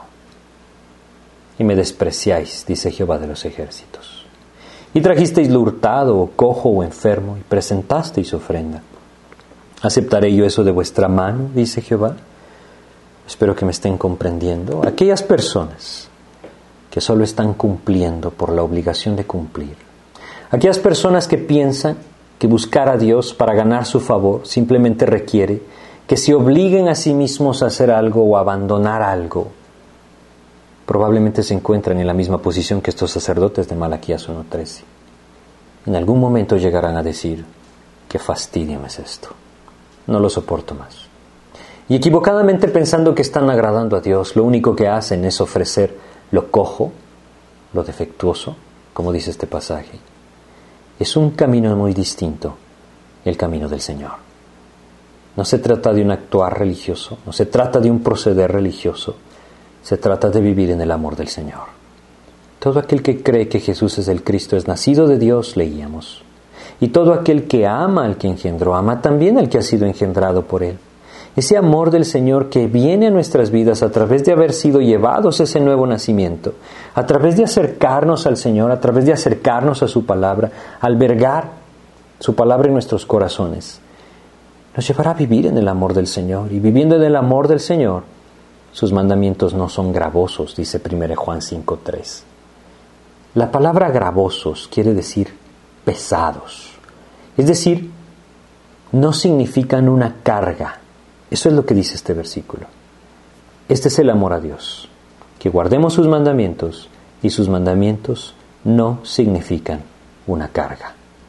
y me despreciáis, dice Jehová de los ejércitos. Y trajisteis lo hurtado, o cojo, o enfermo, y presentasteis ofrenda. ¿Aceptaré yo eso de vuestra mano? Dice Jehová». Espero que me estén comprendiendo. Aquellas personas que solo están cumpliendo por la obligación de cumplir. Aquellas personas que piensan que buscar a Dios para ganar su favor simplemente requiere que se obliguen a sí mismos a hacer algo o a abandonar algo. Probablemente se encuentran en la misma posición que estos sacerdotes de Malaquías 1:13. En algún momento llegarán a decir, qué fastidio es esto, no lo soporto más. Y equivocadamente pensando que están agradando a Dios, lo único que hacen es ofrecer lo cojo, lo defectuoso, como dice este pasaje. Es un camino muy distinto, el camino del Señor. No se trata de un actuar religioso, no se trata de un proceder religioso, se trata de vivir en el amor del Señor. Todo aquel que cree que Jesús es el Cristo es nacido de Dios, leíamos. Y todo aquel que ama al que engendró, ama también al que ha sido engendrado por Él. Ese amor del Señor que viene a nuestras vidas a través de haber sido llevados a ese nuevo nacimiento, a través de acercarnos al Señor, a través de acercarnos a su palabra, albergar su palabra en nuestros corazones, nos llevará a vivir en el amor del Señor. Y viviendo en el amor del Señor, sus mandamientos no son gravosos, dice 1 Juan 5:3. La palabra gravosos quiere decir pesados. Es decir, no significan una carga. Eso es lo que dice este versículo. Este es el amor a Dios, que guardemos sus mandamientos, y sus mandamientos no significan una carga.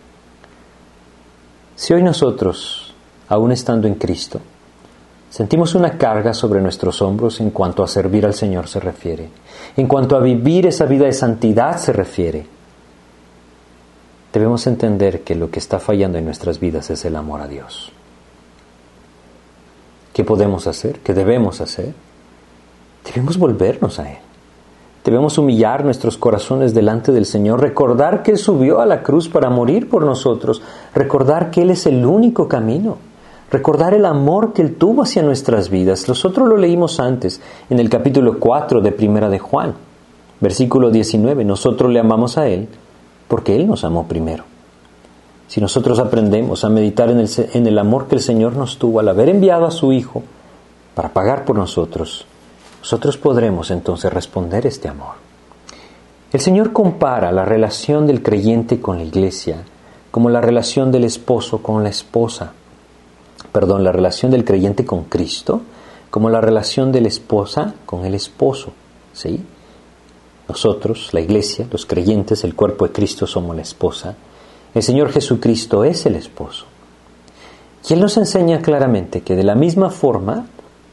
Si hoy nosotros, aún estando en Cristo, sentimos una carga sobre nuestros hombros en cuanto a servir al Señor se refiere, en cuanto a vivir esa vida de santidad se refiere, debemos entender que lo que está fallando en nuestras vidas es el amor a Dios. ¿Qué podemos hacer? ¿Qué debemos hacer? Debemos volvernos a Él. Debemos humillar nuestros corazones delante del Señor, recordar que Él subió a la cruz para morir por nosotros, recordar que Él es el único camino, recordar el amor que Él tuvo hacia nuestras vidas. Nosotros lo leímos antes, en el capítulo 4 de Primera de Juan, versículo 19. Nosotros le amamos a Él porque Él nos amó primero. Si nosotros aprendemos a meditar en el amor que el Señor nos tuvo al haber enviado a su Hijo para pagar por nosotros, nosotros podremos entonces responder este amor. El Señor compara la relación del creyente con la iglesia como la relación del esposo con la esposa. La relación del creyente con Cristo como la relación de la esposa con el esposo. ¿Sí? Nosotros, la iglesia, los creyentes, el cuerpo de Cristo, somos la esposa. El Señor Jesucristo es el esposo. Y Él nos enseña claramente que de la misma forma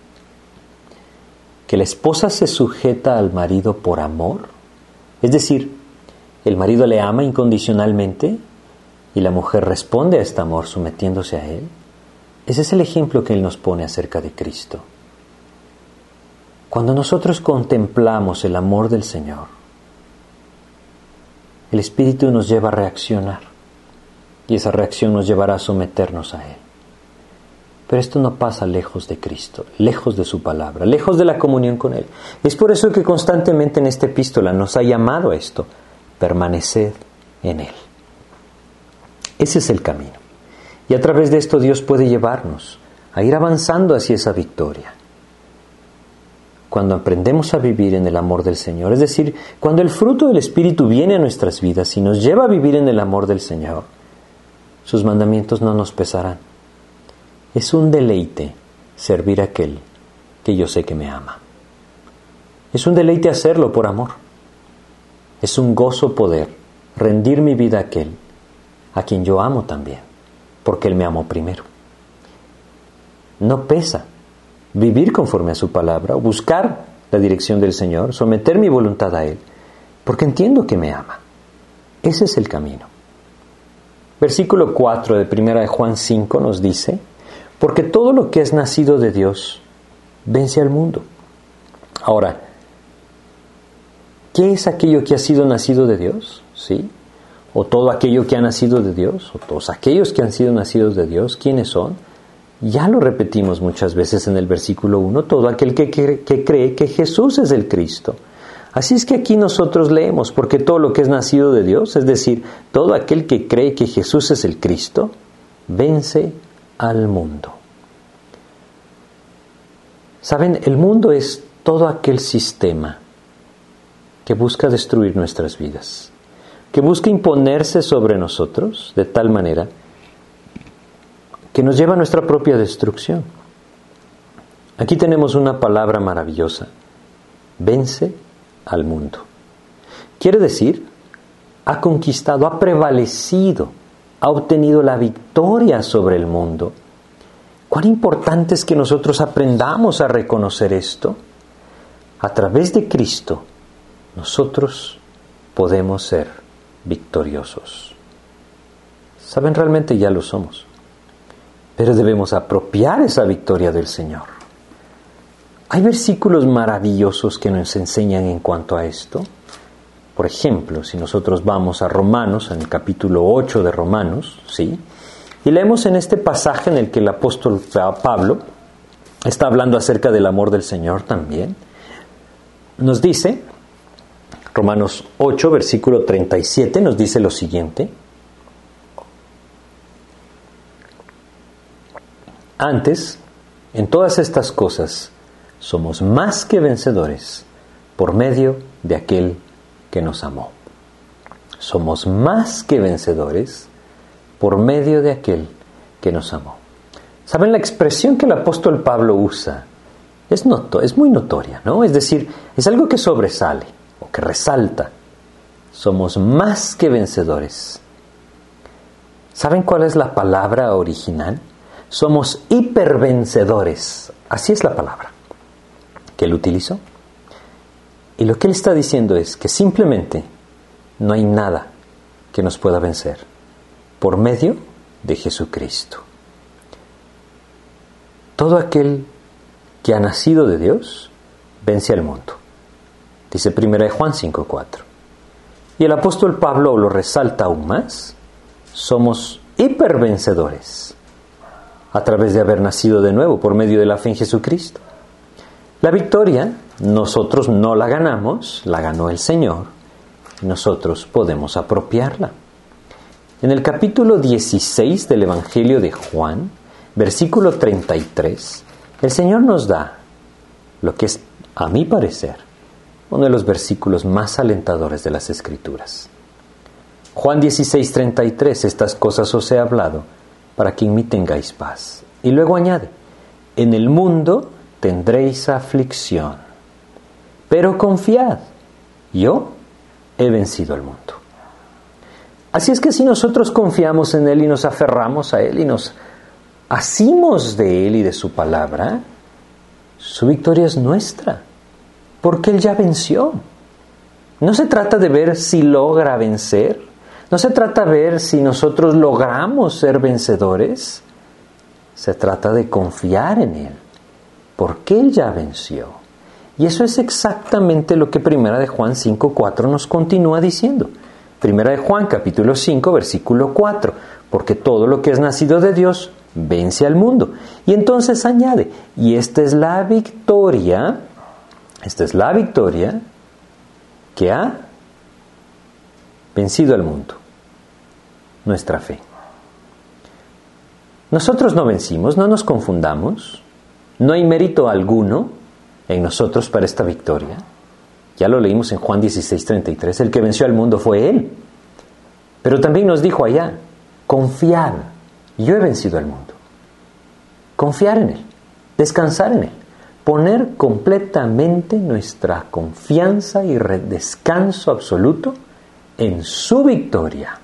que la esposa se sujeta al marido por amor, es decir, el marido le ama incondicionalmente y la mujer responde a este amor sometiéndose a Él, ese es el ejemplo que Él nos pone acerca de Cristo. Cuando nosotros contemplamos el amor del Señor, el Espíritu nos lleva a reaccionar y esa reacción nos llevará a someternos a Él. Pero esto no pasa lejos de Cristo, lejos de su palabra, lejos de la comunión con Él. Es por eso que constantemente en esta epístola nos ha llamado a esto: permaneced en Él. Ese es el camino. Y a través de esto Dios puede llevarnos a ir avanzando hacia esa victoria. Cuando aprendemos a vivir en el amor del Señor, es decir, cuando el fruto del Espíritu viene a nuestras vidas y nos lleva a vivir en el amor del Señor, sus mandamientos no nos pesarán. Es un deleite servir a aquel que yo sé que me ama. Es un deleite hacerlo por amor. Es un gozo poder rendir mi vida a aquel a quien yo amo también, porque Él me amó primero. No pesa vivir conforme a su palabra, o buscar la dirección del Señor, someter mi voluntad a Él, porque entiendo que me ama. Ese es el camino. Versículo 4 de 1 de Juan 5 nos dice: porque todo lo que es nacido de Dios vence al mundo. Ahora, ¿qué es aquello que ha sido nacido de Dios? ¿Sí? O todo aquello que ha nacido de Dios, o todos aquellos que han sido nacidos de Dios, ¿quiénes son? Ya lo repetimos muchas veces en el versículo 1, todo aquel que cree que Jesús es el Cristo. Así es que aquí nosotros leemos: porque todo lo que es nacido de Dios, es decir, todo aquel que cree que Jesús es el Cristo, vence al mundo. ¿Saben? El mundo es todo aquel sistema que busca destruir nuestras vidas, que busca imponerse sobre nosotros de tal manera que nos lleva a nuestra propia destrucción. Aquí tenemos una palabra maravillosa: vence al mundo. Quiere decir, ha conquistado, ha prevalecido, ha obtenido la victoria sobre el mundo. Cuán importante es que nosotros aprendamos a reconocer esto. A través de Cristo, nosotros podemos ser victoriosos. ¿Saben? Realmente ya lo somos. Pero debemos apropiar esa victoria del Señor. Hay versículos maravillosos que nos enseñan en cuanto a esto. Por ejemplo, si nosotros vamos a Romanos, en el capítulo 8 de Romanos, ¿sí? Y leemos en este pasaje en el que el apóstol Pablo está hablando acerca del amor del Señor también. Nos dice, Romanos 8, versículo 37, nos dice lo siguiente: antes, en todas estas cosas, somos más que vencedores por medio de aquel que nos amó. Somos más que vencedores por medio de aquel que nos amó. ¿Saben? La expresión que el apóstol Pablo usa es muy notoria, ¿no? Es decir, es algo que sobresale o que resalta. Somos más que vencedores. ¿Saben cuál es la palabra original? Somos hipervencedores. Así es la palabra que él utilizó. Y lo que él está diciendo es que simplemente no hay nada que nos pueda vencer por medio de Jesucristo. Todo aquel que ha nacido de Dios vence al mundo. Dice 1 de Juan 5:4. Y el apóstol Pablo lo resalta aún más: somos hipervencedores a través de haber nacido de nuevo por medio de la fe en Jesucristo. La victoria nosotros no la ganamos, la ganó el Señor, y nosotros podemos apropiarla. En el capítulo 16 del Evangelio de Juan, versículo 33, el Señor nos da lo que es, a mi parecer, uno de los versículos más alentadores de las Escrituras. Juan 16:33, estas cosas os he hablado para que en mí tengáis paz. Y luego añade: en el mundo tendréis aflicción, pero confiad, yo he vencido al mundo. Así es que si nosotros confiamos en Él y nos aferramos a Él y nos asimos de Él y de su palabra, su victoria es nuestra, porque Él ya venció. No se trata de ver si logra vencer, no se trata de ver si nosotros logramos ser vencedores, se trata de confiar en Él, porque Él ya venció. Y eso es exactamente lo que 1 de Juan 5:4 nos continúa diciendo. 1 de Juan capítulo 5 versículo 4, porque todo lo que es nacido de Dios vence al mundo. Y entonces añade, y esta es la victoria que ha vencido al mundo, nuestra fe. Nosotros no vencimos, no nos confundamos, no hay mérito alguno en nosotros para esta victoria. Ya lo leímos en Juan 16:33, el que venció al mundo fue Él. Pero también nos dijo allá, confiad, yo he vencido al mundo. Confiar en Él, descansar en Él, poner completamente nuestra confianza y descanso absoluto en su victoria.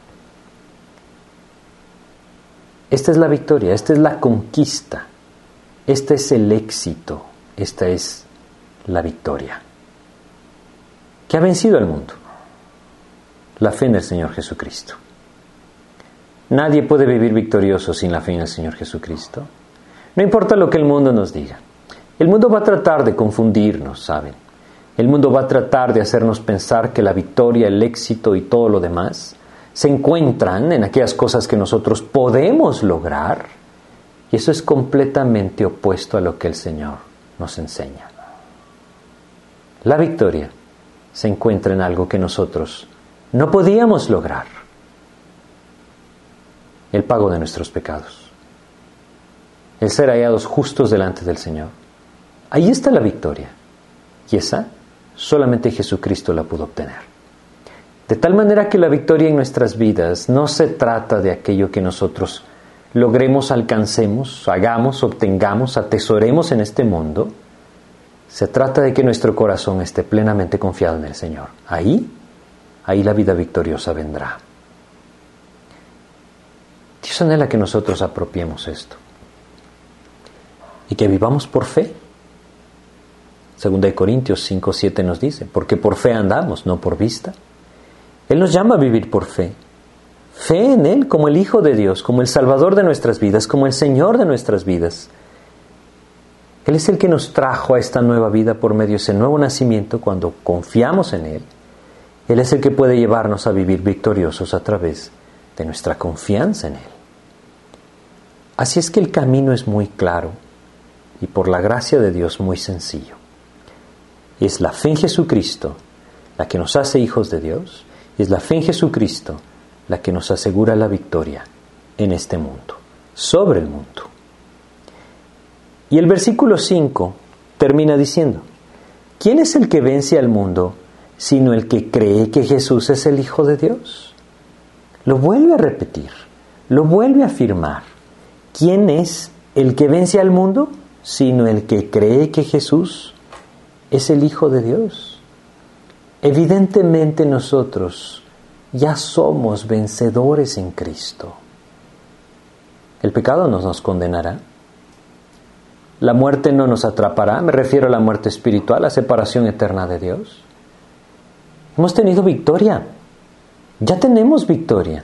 Esta es la victoria, esta es la conquista, este es el éxito, esta es la victoria que ha vencido al mundo. La fe en el Señor Jesucristo. Nadie puede vivir victorioso sin la fe en el Señor Jesucristo. No importa lo que el mundo nos diga. El mundo va a tratar de confundirnos, ¿saben? El mundo va a tratar de hacernos pensar que la victoria, el éxito y todo lo demás se encuentran en aquellas cosas que nosotros podemos lograr. Y eso es completamente opuesto a lo que el Señor nos enseña. La victoria se encuentra en algo que nosotros no podíamos lograr: el pago de nuestros pecados, el ser hallados justos delante del Señor. Ahí está la victoria, y esa solamente Jesucristo la pudo obtener. De tal manera que la victoria en nuestras vidas no se trata de aquello que nosotros logremos, alcancemos, hagamos, obtengamos, atesoremos en este mundo. Se trata de que nuestro corazón esté plenamente confiado en el Señor. Ahí la vida victoriosa vendrá. Dios anhela que nosotros apropiemos esto y que vivamos por fe. 2 Corintios 5:7 nos dice, porque por fe andamos, no por vista. Él nos llama a vivir por fe. Fe en Él como el Hijo de Dios, como el Salvador de nuestras vidas, como el Señor de nuestras vidas. Él es el que nos trajo a esta nueva vida por medio de ese nuevo nacimiento cuando confiamos en Él. Él es el que puede llevarnos a vivir victoriosos a través de nuestra confianza en Él. Así es que el camino es muy claro y por la gracia de Dios muy sencillo. Es la fe en Jesucristo la que nos hace hijos de Dios, y es la fe en Jesucristo la que nos asegura la victoria en este mundo, sobre el mundo. Y el versículo 5 termina diciendo, ¿quién es el que vence al mundo sino el que cree que Jesús es el Hijo de Dios? Lo vuelve a repetir, lo vuelve a afirmar. ¿Quién es el que vence al mundo sino el que cree que Jesús es el Hijo de Dios? Evidentemente nosotros ya somos vencedores en Cristo. El pecado no nos condenará. La muerte no nos atrapará, me refiero a la muerte espiritual, la separación eterna de Dios. Hemos tenido victoria, ya tenemos victoria.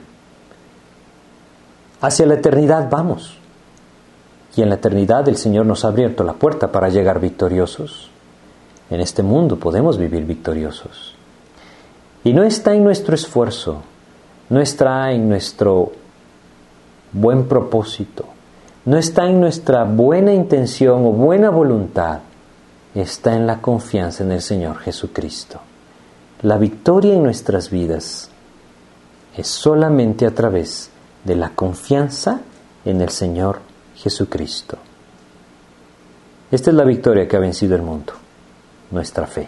Hacia la eternidad vamos. Y en la eternidad el Señor nos ha abierto la puerta para llegar victoriosos. En este mundo podemos vivir victoriosos. Y no está en nuestro esfuerzo, no está en nuestro buen propósito, no está en nuestra buena intención o buena voluntad, está en la confianza en el Señor Jesucristo. La victoria en nuestras vidas es solamente a través de la confianza en el Señor Jesucristo. Esta es la victoria que ha vencido el mundo, nuestra fe.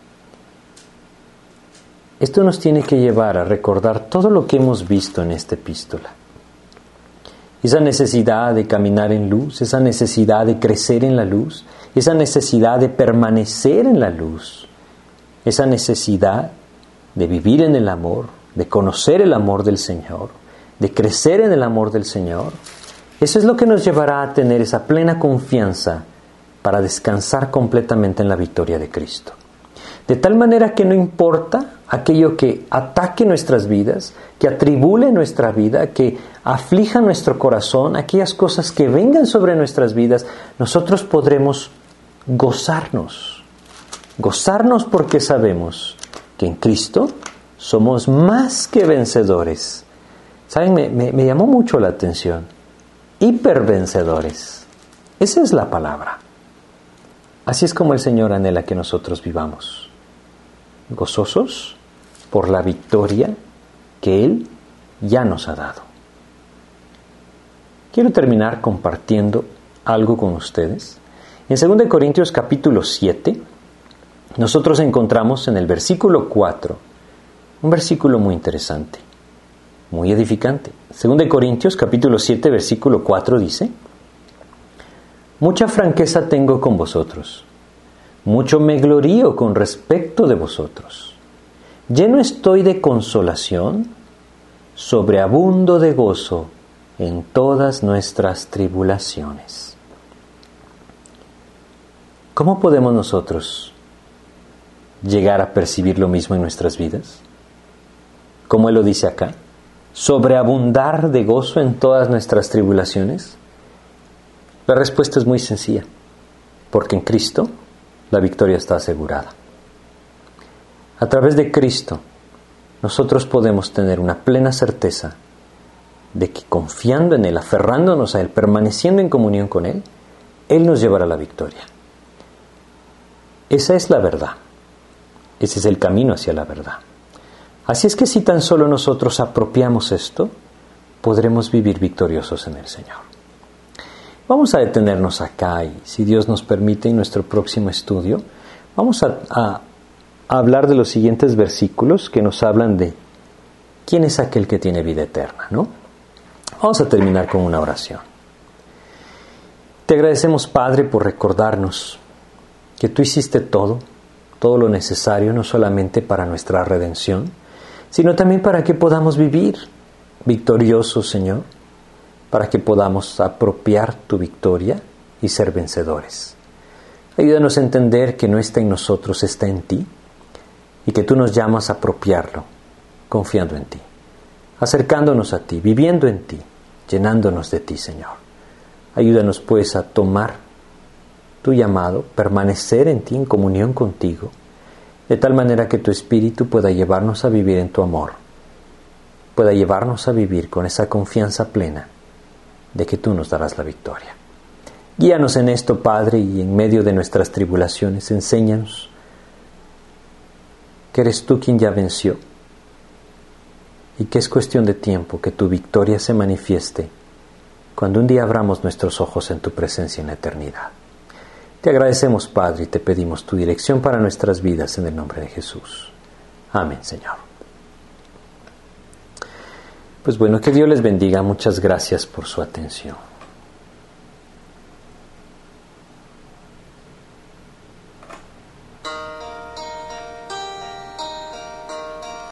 Esto nos tiene que llevar a recordar todo lo que hemos visto en esta epístola. Esa necesidad de caminar en luz, esa necesidad de crecer en la luz, esa necesidad de permanecer en la luz, esa necesidad de vivir en el amor, de conocer el amor del Señor, de crecer en el amor del Señor, eso es lo que nos llevará a tener esa plena confianza para descansar completamente en la victoria de Cristo. De tal manera que no importa aquello que ataque nuestras vidas, que atribule nuestra vida, que aflija nuestro corazón, aquellas cosas que vengan sobre nuestras vidas, nosotros podremos gozarnos. Gozarnos porque sabemos que en Cristo somos más que vencedores. ¿Saben? Me llamó mucho la atención. Hipervencedores. Esa es la palabra. Así es como el Señor anhela que nosotros vivamos. Gozosos por la victoria que Él ya nos ha dado. Quiero terminar compartiendo algo con ustedes. En 2 Corintios capítulo 7, nosotros encontramos en el versículo 4, un versículo muy interesante, muy edificante. 2 Corintios capítulo 7, versículo 4 dice: mucha franqueza tengo con vosotros, mucho me glorío con respecto de vosotros. Lleno estoy de consolación, sobreabundo de gozo en todas nuestras tribulaciones. ¿Cómo podemos nosotros llegar a percibir lo mismo en nuestras vidas? Como Él lo dice acá, sobreabundar de gozo en todas nuestras tribulaciones. La respuesta es muy sencilla, porque en Cristo la victoria está asegurada. A través de Cristo, nosotros podemos tener una plena certeza de que confiando en Él, aferrándonos a Él, permaneciendo en comunión con Él, Él nos llevará a la victoria. Esa es la verdad. Ese es el camino hacia la verdad. Así es que si tan solo nosotros apropiamos esto, podremos vivir victoriosos en el Señor. Vamos a detenernos acá y, si Dios nos permite, en nuestro próximo estudio, vamos a hablar de los siguientes versículos que nos hablan de quién es aquel que tiene vida eterna, ¿no? Vamos a terminar con una oración. Te agradecemos, Padre, por recordarnos que Tú hiciste todo lo necesario, no solamente para nuestra redención, sino también para que podamos vivir victoriosos, Señor, para que podamos apropiar Tu victoria y ser vencedores. Ayúdanos a entender que no está en nosotros, está en Ti, y que Tú nos llamas a apropiarlo, confiando en Ti, acercándonos a Ti, viviendo en Ti, llenándonos de Ti, Señor. Ayúdanos pues a tomar Tu llamado, permanecer en Ti, en comunión contigo, de tal manera que Tu Espíritu pueda llevarnos a vivir en Tu amor, pueda llevarnos a vivir con esa confianza plena de que Tú nos darás la victoria. Guíanos en esto, Padre, y en medio de nuestras tribulaciones, enséñanos que eres Tú quien ya venció y que es cuestión de tiempo que Tu victoria se manifieste cuando un día abramos nuestros ojos en Tu presencia en la eternidad. Te agradecemos, Padre, y te pedimos Tu dirección para nuestras vidas en el nombre de Jesús. Amén, Señor. Pues bueno, que Dios les bendiga. Muchas gracias por su atención.